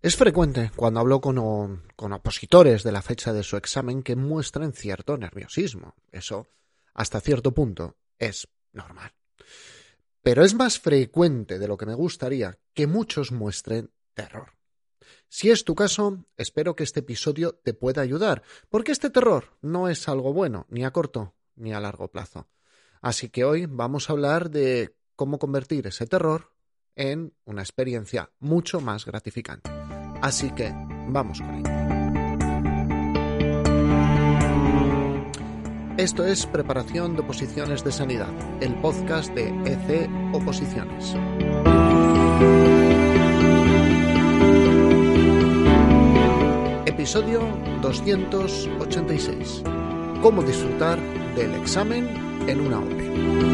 Es frecuente cuando hablo con opositores de la fecha de su examen que muestren cierto nerviosismo. Eso, hasta cierto punto, es normal. Pero es más frecuente de lo que me gustaría que muchos muestren terror. Si es tu caso, espero que este episodio te pueda ayudar, porque este terror no es algo bueno, ni a corto ni a largo plazo. Así que hoy vamos a hablar de cómo convertir ese terror en una experiencia mucho más gratificante. Así que vamos con ello. Esto es Preparación de Oposiciones de Sanidad, el podcast de EC Oposiciones. Episodio 286. Cómo disfrutar del examen en una OPE.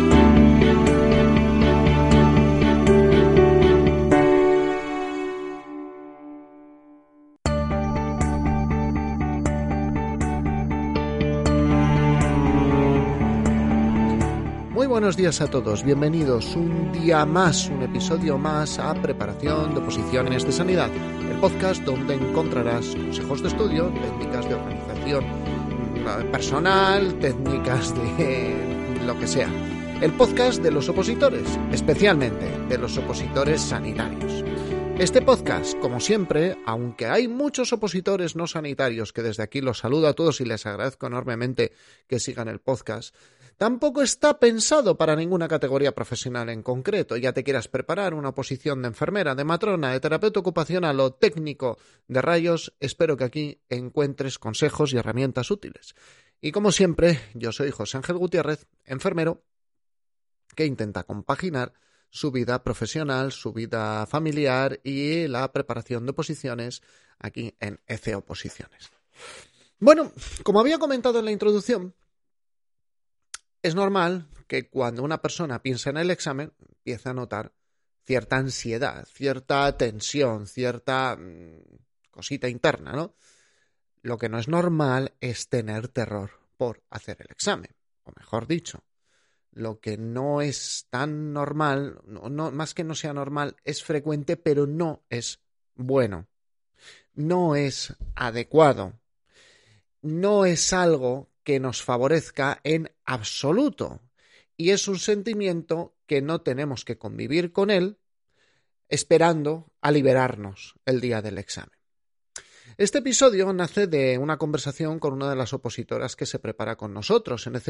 Muy buenos días a todos, bienvenidos un día más, un episodio más a Preparación de Oposiciones de Sanidad, el podcast donde encontrarás consejos de estudio, técnicas de organización personal, técnicas de lo que sea. El podcast de los opositores, especialmente de los opositores sanitarios. Este podcast, como siempre, aunque hay muchos opositores no sanitarios que desde aquí los saludo a todos y les agradezco enormemente que sigan el podcast, tampoco está pensado para ninguna categoría profesional en concreto. Ya te quieras preparar una oposición de enfermera, de matrona, de terapeuta ocupacional o técnico de rayos, espero que aquí encuentres consejos y herramientas útiles. Y como siempre, yo soy José Ángel Gutiérrez, enfermero, que intenta compaginar su vida profesional, su vida familiar y la preparación de oposiciones aquí en EC Oposiciones. Bueno, como había comentado en la introducción, es normal que cuando una persona piensa en el examen empiece a notar cierta ansiedad, cierta tensión, cierta cosita interna, ¿no? Lo que no es normal es tener terror por hacer el examen, o mejor dicho, lo que no es tan normal, no, más que no sea normal, es frecuente, pero no es bueno, no es adecuado, no es algo que nos favorezca en absoluto. Y es un sentimiento que no tenemos que convivir con él esperando a liberarnos el día del examen. Este episodio nace de una conversación con una de las opositoras que se prepara con nosotros en EC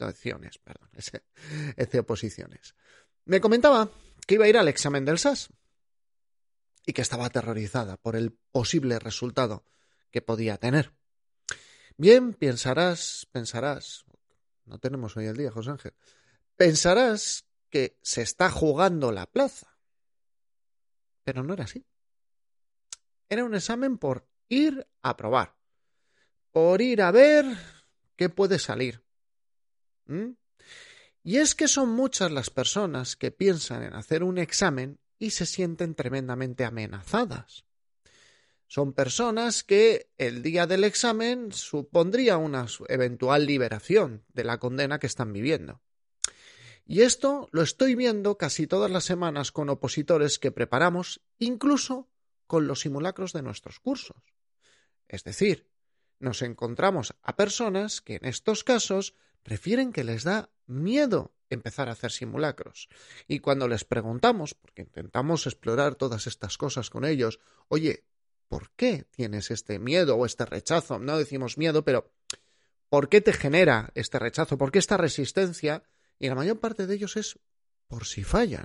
Oposiciones. Me comentaba que iba a ir al examen del SAS y que estaba aterrorizada por el posible resultado que podía tener. Bien, pensarás, no tenemos hoy el día, José Ángel, pensarás que se está jugando la plaza, pero no era así. Era un examen por ir a probar, por ir a ver qué puede salir. Y es que son muchas las personas que piensan en hacer un examen y se sienten tremendamente amenazadas. Son personas que el día del examen supondría una eventual liberación de la condena que están viviendo. Y esto lo estoy viendo casi todas las semanas con opositores que preparamos, incluso con los simulacros de nuestros cursos. Es decir, nos encontramos a personas que en estos casos refieren que les da miedo empezar a hacer simulacros. Y cuando les preguntamos, porque intentamos explorar todas estas cosas con ellos, oye, ¿por qué tienes este miedo o este rechazo? No decimos miedo, pero ¿por qué te genera este rechazo? ¿Por qué esta resistencia? Y la mayor parte de ellos es por si fallan.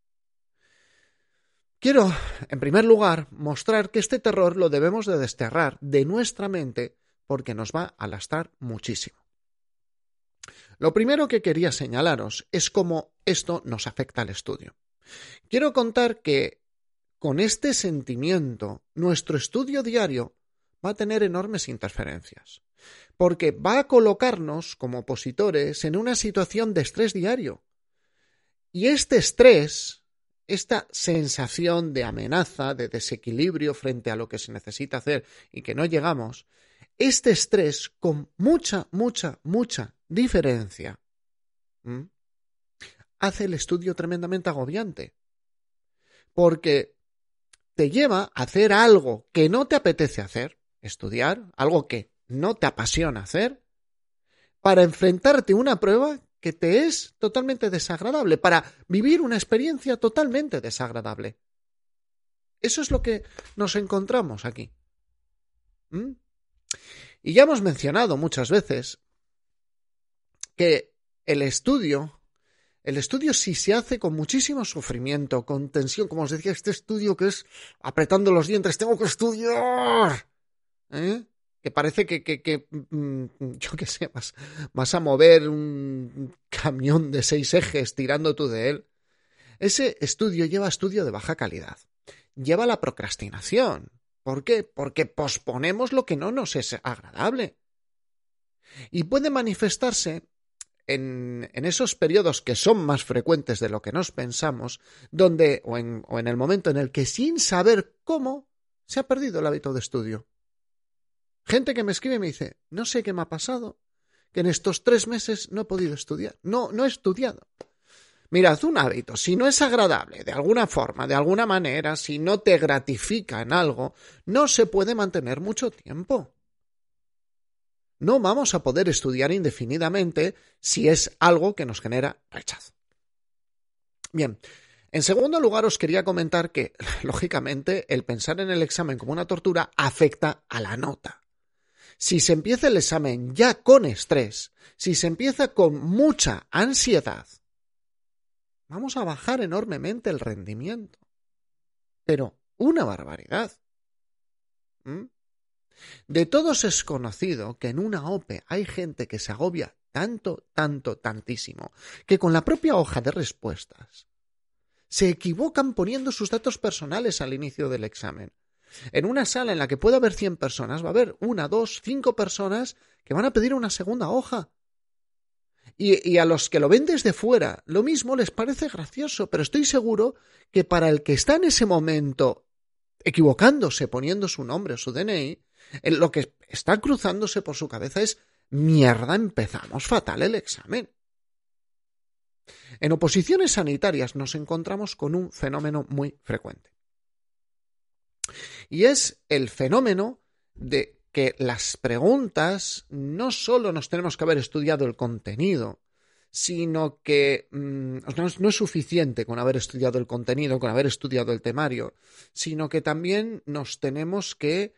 Quiero, en primer lugar, mostrar que este terror lo debemos de desterrar de nuestra mente porque nos va a lastrar muchísimo. Lo primero que quería señalaros es cómo esto nos afecta al estudio. Quiero contar que con este sentimiento, nuestro estudio diario va a tener enormes interferencias, porque va a colocarnos como opositores en una situación de estrés diario. Y este estrés, esta sensación de amenaza, de desequilibrio frente a lo que se necesita hacer y que no llegamos, este estrés con mucha diferencia hace el estudio tremendamente agobiante, porque te lleva a hacer algo que no te apetece hacer, estudiar, algo que no te apasiona hacer, para enfrentarte a una prueba que te es totalmente desagradable, para vivir una experiencia totalmente desagradable. Eso es lo que nos encontramos aquí. Y ya hemos mencionado muchas veces que el estudio sí se hace con muchísimo sufrimiento, con tensión, como os decía, este estudio que es apretando los dientes, tengo que estudiar, que parece que yo qué sé, vas a mover un camión de 6 ejes tirando tú de él. Ese estudio lleva estudio de baja calidad, lleva la procrastinación. ¿Por qué? Porque posponemos lo que no nos es agradable. Y puede manifestarse en esos periodos que son más frecuentes de lo que nos pensamos, donde, o en el momento en el que sin saber cómo se ha perdido el hábito de estudio. Gente que me escribe y me dice, no sé qué me ha pasado, que en estos 3 meses no he podido estudiar, no he estudiado. Mirad, un hábito, si no es agradable de alguna forma, de alguna manera, si no te gratifica en algo, no se puede mantener mucho tiempo. No vamos a poder estudiar indefinidamente si es algo que nos genera rechazo. Bien, en segundo lugar os quería comentar que, lógicamente, el pensar en el examen como una tortura afecta a la nota. Si se empieza el examen ya con estrés, si se empieza con mucha ansiedad, vamos a bajar enormemente el rendimiento. Pero una barbaridad. De todos es conocido que en una OPE hay gente que se agobia tantísimo, que con la propia hoja de respuestas se equivocan poniendo sus datos personales al inicio del examen. En una sala en la que puede haber 100 personas, va a haber 1, 2, 5 personas que van a pedir una segunda hoja. Y a los que lo ven desde fuera, lo mismo les parece gracioso, pero estoy seguro que para el que está en ese momento equivocándose, poniendo su nombre o su DNI, lo que está cruzándose por su cabeza es mierda, empezamos fatal el examen. En oposiciones sanitarias nos encontramos con un fenómeno muy frecuente. Y es el fenómeno de que las preguntas no solo nos tenemos que haber estudiado el contenido, sino que no es suficiente con haber estudiado el contenido, con haber estudiado el temario, sino que también nos tenemos que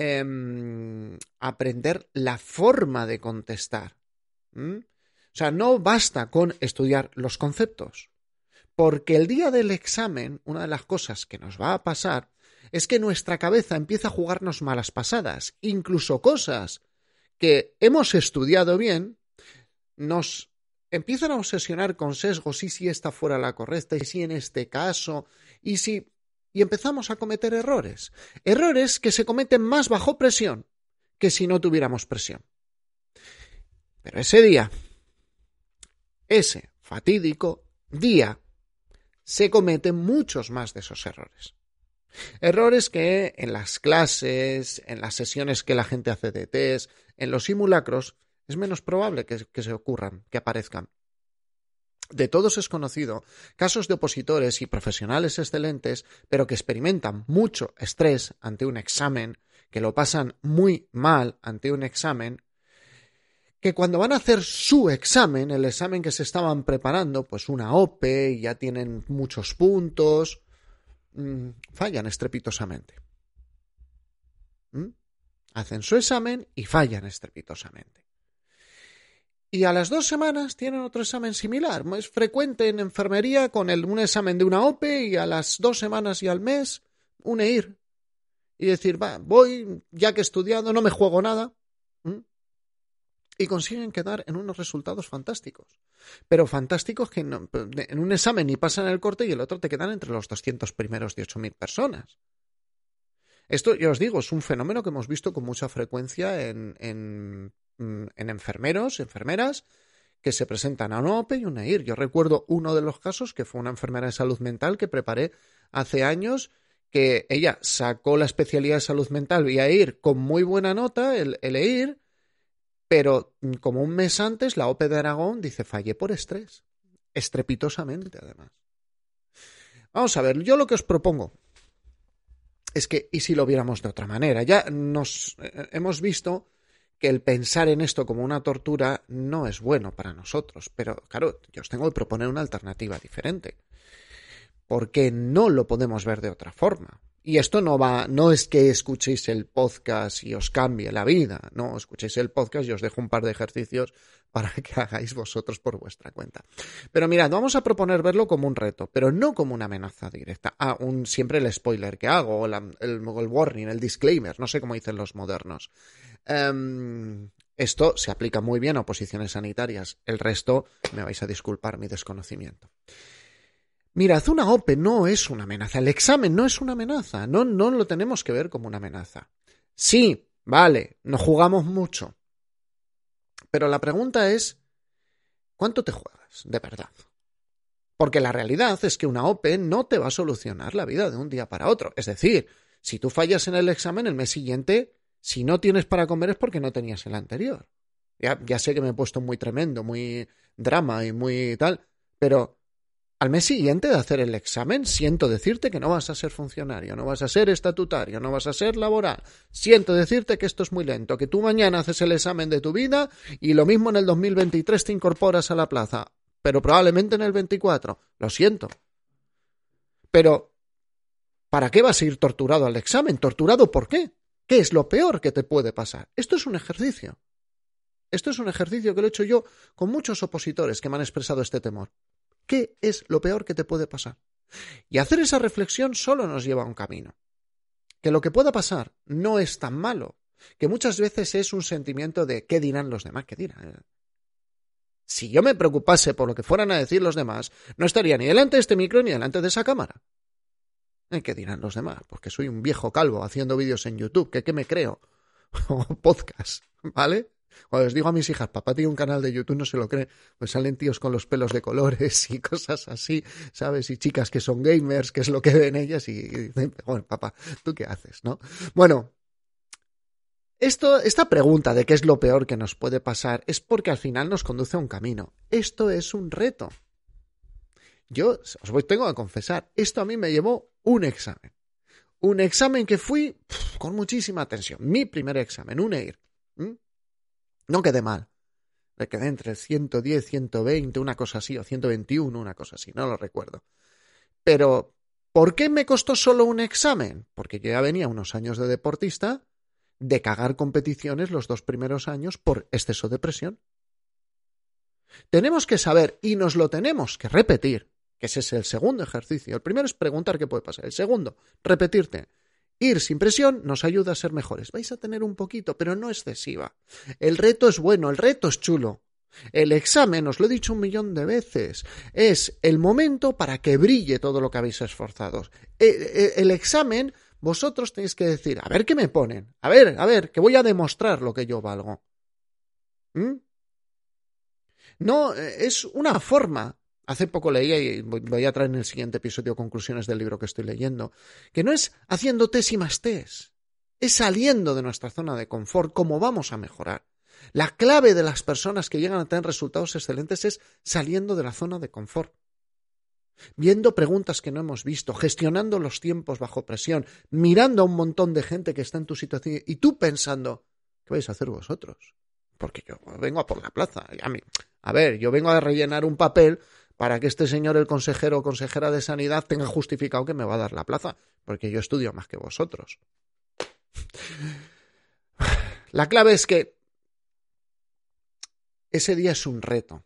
aprender la forma de contestar. O sea, no basta con estudiar los conceptos, porque el día del examen, una de las cosas que nos va a pasar es que nuestra cabeza empieza a jugarnos malas pasadas, incluso cosas que hemos estudiado bien, nos empiezan a obsesionar con sesgos, y si esta fuera la correcta, y si en este caso, y empezamos a cometer errores que se cometen más bajo presión que si no tuviéramos presión. Pero ese fatídico día, se cometen muchos más de esos errores. Errores que en las clases, en las sesiones que la gente hace de test, en los simulacros, es menos probable que se ocurran, que aparezcan. De todos es conocido casos de opositores y profesionales excelentes, pero que experimentan mucho estrés ante un examen, que lo pasan muy mal ante un examen, que cuando van a hacer su examen, el examen que se estaban preparando, pues una OPE, y ya tienen muchos puntos, fallan estrepitosamente. Hacen su examen y fallan estrepitosamente. Y a las 2 semanas tienen otro examen similar. Es frecuente en enfermería con un examen de una OPE, y a las 2 semanas y al mes un EIR. Y decir, voy, ya que he estudiado, no me juego nada. Y consiguen quedar en unos resultados fantásticos. Pero fantásticos que en un examen ni pasan el corte y el otro te quedan entre los 200 primeros de 8.000 personas. Esto, ya os digo, es un fenómeno que hemos visto con mucha frecuencia en enfermeros, enfermeras, que se presentan a una OPE y una EIR. Yo recuerdo uno de los casos que fue una enfermera de salud mental que preparé hace años, que ella sacó la especialidad de salud mental vía EIR con muy buena nota, el EIR, pero como un mes antes la OPE de Aragón dice, fallé por estrés, estrepitosamente además. Vamos a ver, yo lo que os propongo es que, ¿y si lo viéramos de otra manera? Ya hemos visto que el pensar en esto como una tortura no es bueno para nosotros, pero claro, yo os tengo que proponer una alternativa diferente, porque no lo podemos ver de otra forma. Y esto no es que escuchéis el podcast y os cambie la vida, no, escuchéis el podcast y os dejo un par de ejercicios para que hagáis vosotros por vuestra cuenta. Pero mirad, vamos a proponer verlo como un reto, pero no como una amenaza directa. Siempre el spoiler que hago, el warning, el disclaimer, no sé cómo dicen los modernos. Esto se aplica muy bien a oposiciones sanitarias, el resto me vais a disculpar mi desconocimiento. Mirad, una OPE no es una amenaza, el examen no es una amenaza, no lo tenemos que ver como una amenaza. Sí, vale, nos jugamos mucho, pero la pregunta es, ¿cuánto te juegas de verdad? Porque la realidad es que una OPE no te va a solucionar la vida de un día para otro. Es decir, si tú fallas en el examen, el mes siguiente, si no tienes para comer es porque no tenías el anterior. Ya sé que me he puesto muy tremendo, muy drama y muy tal, pero al mes siguiente de hacer el examen, siento decirte que no vas a ser funcionario, no vas a ser estatutario, no vas a ser laboral. Siento decirte que esto es muy lento, que tú mañana haces el examen de tu vida y lo mismo en el 2023 te incorporas a la plaza, pero probablemente en el 24. Lo siento. Pero, ¿para qué vas a ir torturado al examen? ¿Torturado por qué? ¿Qué es lo peor que te puede pasar? Esto es un ejercicio. Esto es un ejercicio que lo he hecho yo con muchos opositores que me han expresado este temor. ¿Qué es lo peor que te puede pasar? Y hacer esa reflexión solo nos lleva a un camino. Que lo que pueda pasar no es tan malo, que muchas veces es un sentimiento de ¿qué dirán los demás? ¿Qué dirán? Si yo me preocupase por lo que fueran a decir los demás, no estaría ni delante de este micro ni delante de esa cámara. ¿Qué dirán los demás? Porque soy un viejo calvo haciendo vídeos en YouTube, ¿qué me creo? O podcast, ¿vale? Cuando les digo a mis hijas, papá tiene un canal de YouTube, no se lo creen, pues salen tíos con los pelos de colores y cosas así, ¿sabes? Y chicas que son gamers, que es lo que ven ellas y dicen, bueno, papá, ¿tú qué haces, no? Bueno, esta pregunta de qué es lo peor que nos puede pasar es porque al final nos conduce a un camino. Esto es un reto. Yo tengo que confesar, esto a mí me llevó un examen. Un examen que fui con muchísima tensión. Mi primer examen, un EIR. No quedé mal. Me quedé entre 110, 120, una cosa así, o 121, una cosa así, no lo recuerdo. Pero, ¿por qué me costó solo un examen? Porque yo ya venía unos años de deportista, de cagar competiciones los 2 primeros años por exceso de presión. Tenemos que saber, y nos lo tenemos que repetir, que ese es el segundo ejercicio. El primero es preguntar qué puede pasar. El segundo, repetirte. Ir sin presión nos ayuda a ser mejores. Vais a tener un poquito, pero no excesiva. El reto es bueno, el reto es chulo. El examen, os lo he dicho 1.000.000 de veces, es el momento para que brille todo lo que habéis esforzado. El examen, vosotros tenéis que decir, a ver qué me ponen, a ver, que voy a demostrar lo que yo valgo. No, es una forma. Hace poco leía, y voy a traer en el siguiente episodio conclusiones del libro que estoy leyendo, que no es haciendo test y más test, es saliendo de nuestra zona de confort, cómo vamos a mejorar. La clave de las personas que llegan a tener resultados excelentes es saliendo de la zona de confort, viendo preguntas que no hemos visto, gestionando los tiempos bajo presión, mirando a un montón de gente que está en tu situación y tú pensando, ¿qué vais a hacer vosotros? Porque yo vengo a por la plaza. Yo vengo a rellenar un papel para que este señor, el consejero o consejera de Sanidad, tenga justificado que me va a dar la plaza, porque yo estudio más que vosotros. La clave es que ese día es un reto.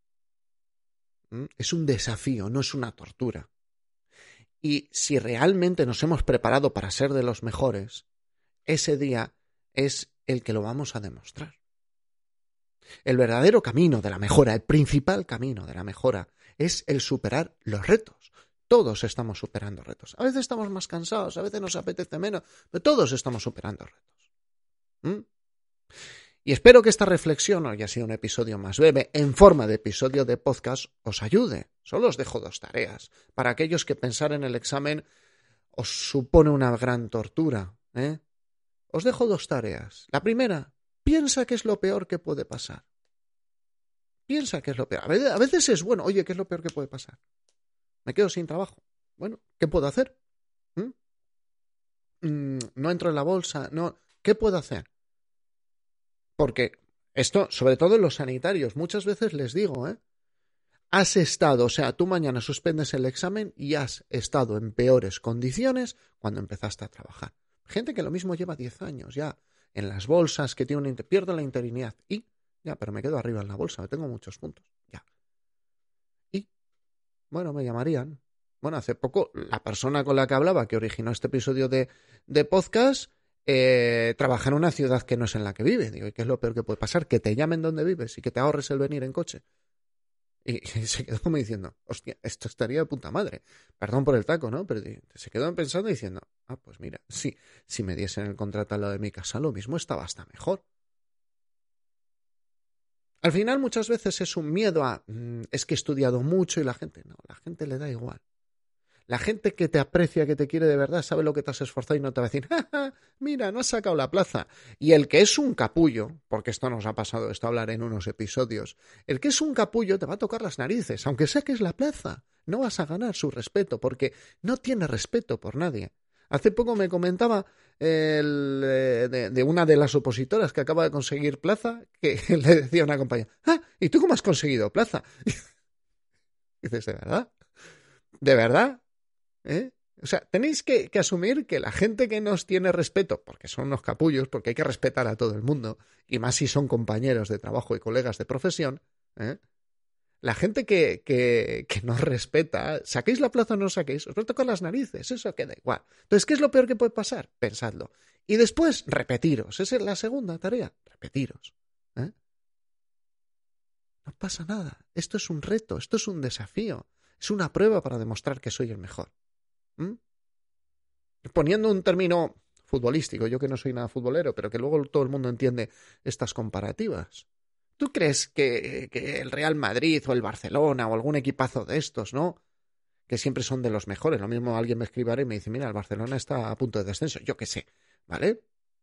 Es un desafío, no es una tortura. Y si realmente nos hemos preparado para ser de los mejores, ese día es el que lo vamos a demostrar. El verdadero camino de la mejora, el principal camino de la mejora, es el superar los retos. Todos estamos superando retos. A veces estamos más cansados, a veces nos apetece menos, pero todos estamos superando retos. Y espero que esta reflexión, hoy ha sido un episodio más breve, en forma de episodio de podcast, os ayude. Solo os dejo 2 tareas. Para aquellos que pensar en el examen os supone una gran tortura, Os dejo 2 tareas. La primera, piensa qué es lo peor que puede pasar. Piensa qué es lo peor. A veces es bueno, oye, ¿qué es lo peor que puede pasar? Me quedo sin trabajo. Bueno, ¿qué puedo hacer? no entro en la bolsa, no. ¿Qué puedo hacer? Porque esto, sobre todo en los sanitarios, muchas veces les digo, has estado, o sea, tú mañana suspendes el examen y has estado en peores condiciones cuando empezaste a trabajar. Gente que lo mismo lleva 10 años ya en las bolsas, que tiene pierdo la interinidad y ya, pero me quedo arriba en la bolsa, tengo muchos puntos, ya. Y, bueno, me llamarían. Bueno, hace poco la persona con la que hablaba, que originó este episodio de podcast, trabaja en una ciudad que no es en la que vive. Digo, ¿y qué es lo peor que puede pasar? Que te llamen donde vives y que te ahorres el venir en coche. Y se quedó como diciendo, hostia, esto estaría de puta madre. Perdón por el taco, ¿no? Pero se quedó pensando diciendo, pues mira, sí, si me diesen el contrato al lado de mi casa, lo mismo estaba hasta mejor. Al final muchas veces es un miedo a, es que he estudiado mucho y la gente le da igual. La gente que te aprecia, que te quiere de verdad, sabe lo que te has esforzado y no te va a decir, mira, no has sacado la plaza. Y el que es un capullo, porque esto nos ha pasado, esto hablar en unos episodios, el que es un capullo te va a tocar las narices, aunque saques la plaza. No vas a ganar su respeto, porque no tiene respeto por nadie. Hace poco me comentaba de una de las opositoras que acaba de conseguir plaza, que le decía a una compañera, ¿y tú cómo has conseguido plaza? Y dices, ¿de verdad? ¿De verdad? O sea, tenéis que asumir que la gente que nos tiene respeto, porque son unos capullos, porque hay que respetar a todo el mundo, y más si son compañeros de trabajo y colegas de profesión, la gente que nos respeta, saquéis la plaza o no saquéis, os va a tocar las narices, eso queda igual. Entonces, ¿qué es lo peor que puede pasar? Pensadlo. Y después, repetiros. Esa es la segunda tarea, repetiros. No pasa nada. Esto es un reto, esto es un desafío, es una prueba para demostrar que soy el mejor. Poniendo un término futbolístico, yo que no soy nada futbolero, pero que luego todo el mundo entiende estas comparativas. ¿Tú crees que el Real Madrid o el Barcelona o algún equipazo de estos, ¿no? Que siempre son de los mejores. Lo mismo alguien me escribirá y me dice, mira, el Barcelona está a punto de descenso. Yo qué sé, ¿vale?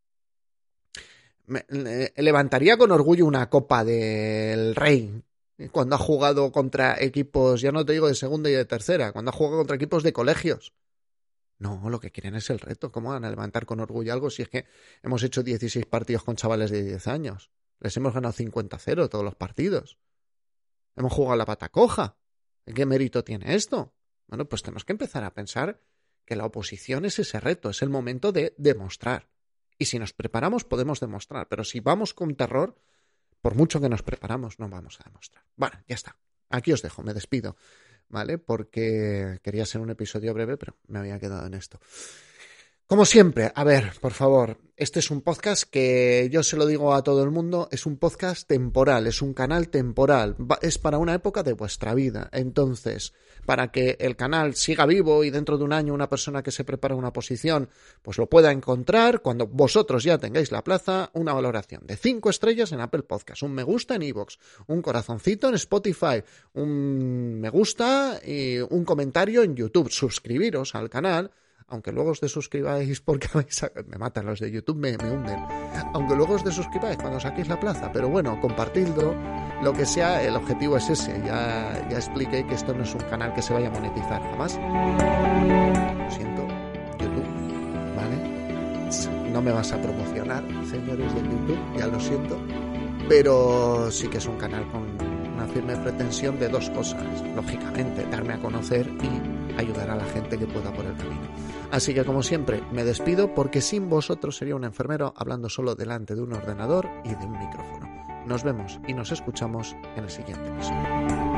Levantaría con orgullo una Copa del Rey cuando ha jugado contra equipos, ya no te digo de segunda y de tercera, cuando ha jugado contra equipos de colegios. No, lo que quieren es el reto. ¿Cómo van a levantar con orgullo algo si es que hemos hecho 16 partidos con chavales de 10 años? Les hemos ganado 50-0 todos los partidos. Hemos jugado la pata coja. ¿Qué mérito tiene esto? Bueno, pues tenemos que empezar a pensar que la oposición es ese reto, es el momento de demostrar. Y si nos preparamos podemos demostrar, pero si vamos con terror, por mucho que nos preparamos, no vamos a demostrar. Bueno, ya está. Aquí os dejo, me despido. ¿Vale? Porque quería ser un episodio breve, pero me había quedado en esto. Como siempre, a ver, por favor, este es un podcast que yo se lo digo a todo el mundo, es un podcast temporal, es un canal temporal, es para una época de vuestra vida. Entonces, para que el canal siga vivo y dentro de un año una persona que se prepara una oposición pues lo pueda encontrar, cuando vosotros ya tengáis la plaza, una valoración de 5 estrellas en Apple Podcast, un me gusta en iVoox, un corazoncito en Spotify, un me gusta y un comentario en YouTube, suscribiros al canal. Aunque luego os desuscribáis porque me matan los de YouTube, me hunden. Aunque luego os desuscribáis cuando saquéis la plaza. Pero bueno, compartidlo, lo que sea, el objetivo es ese. Ya expliqué que esto no es un canal que se vaya a monetizar jamás. Lo siento, YouTube, ¿vale? No me vas a promocionar, señores de YouTube, ya lo siento. Pero sí que es un canal con una firme pretensión de dos cosas. Lógicamente, darme a conocer y ayudar a la gente que pueda por el camino. Así que, como siempre, me despido porque sin vosotros sería un enfermero hablando solo delante de un ordenador y de un micrófono. Nos vemos y nos escuchamos en el siguiente episodio.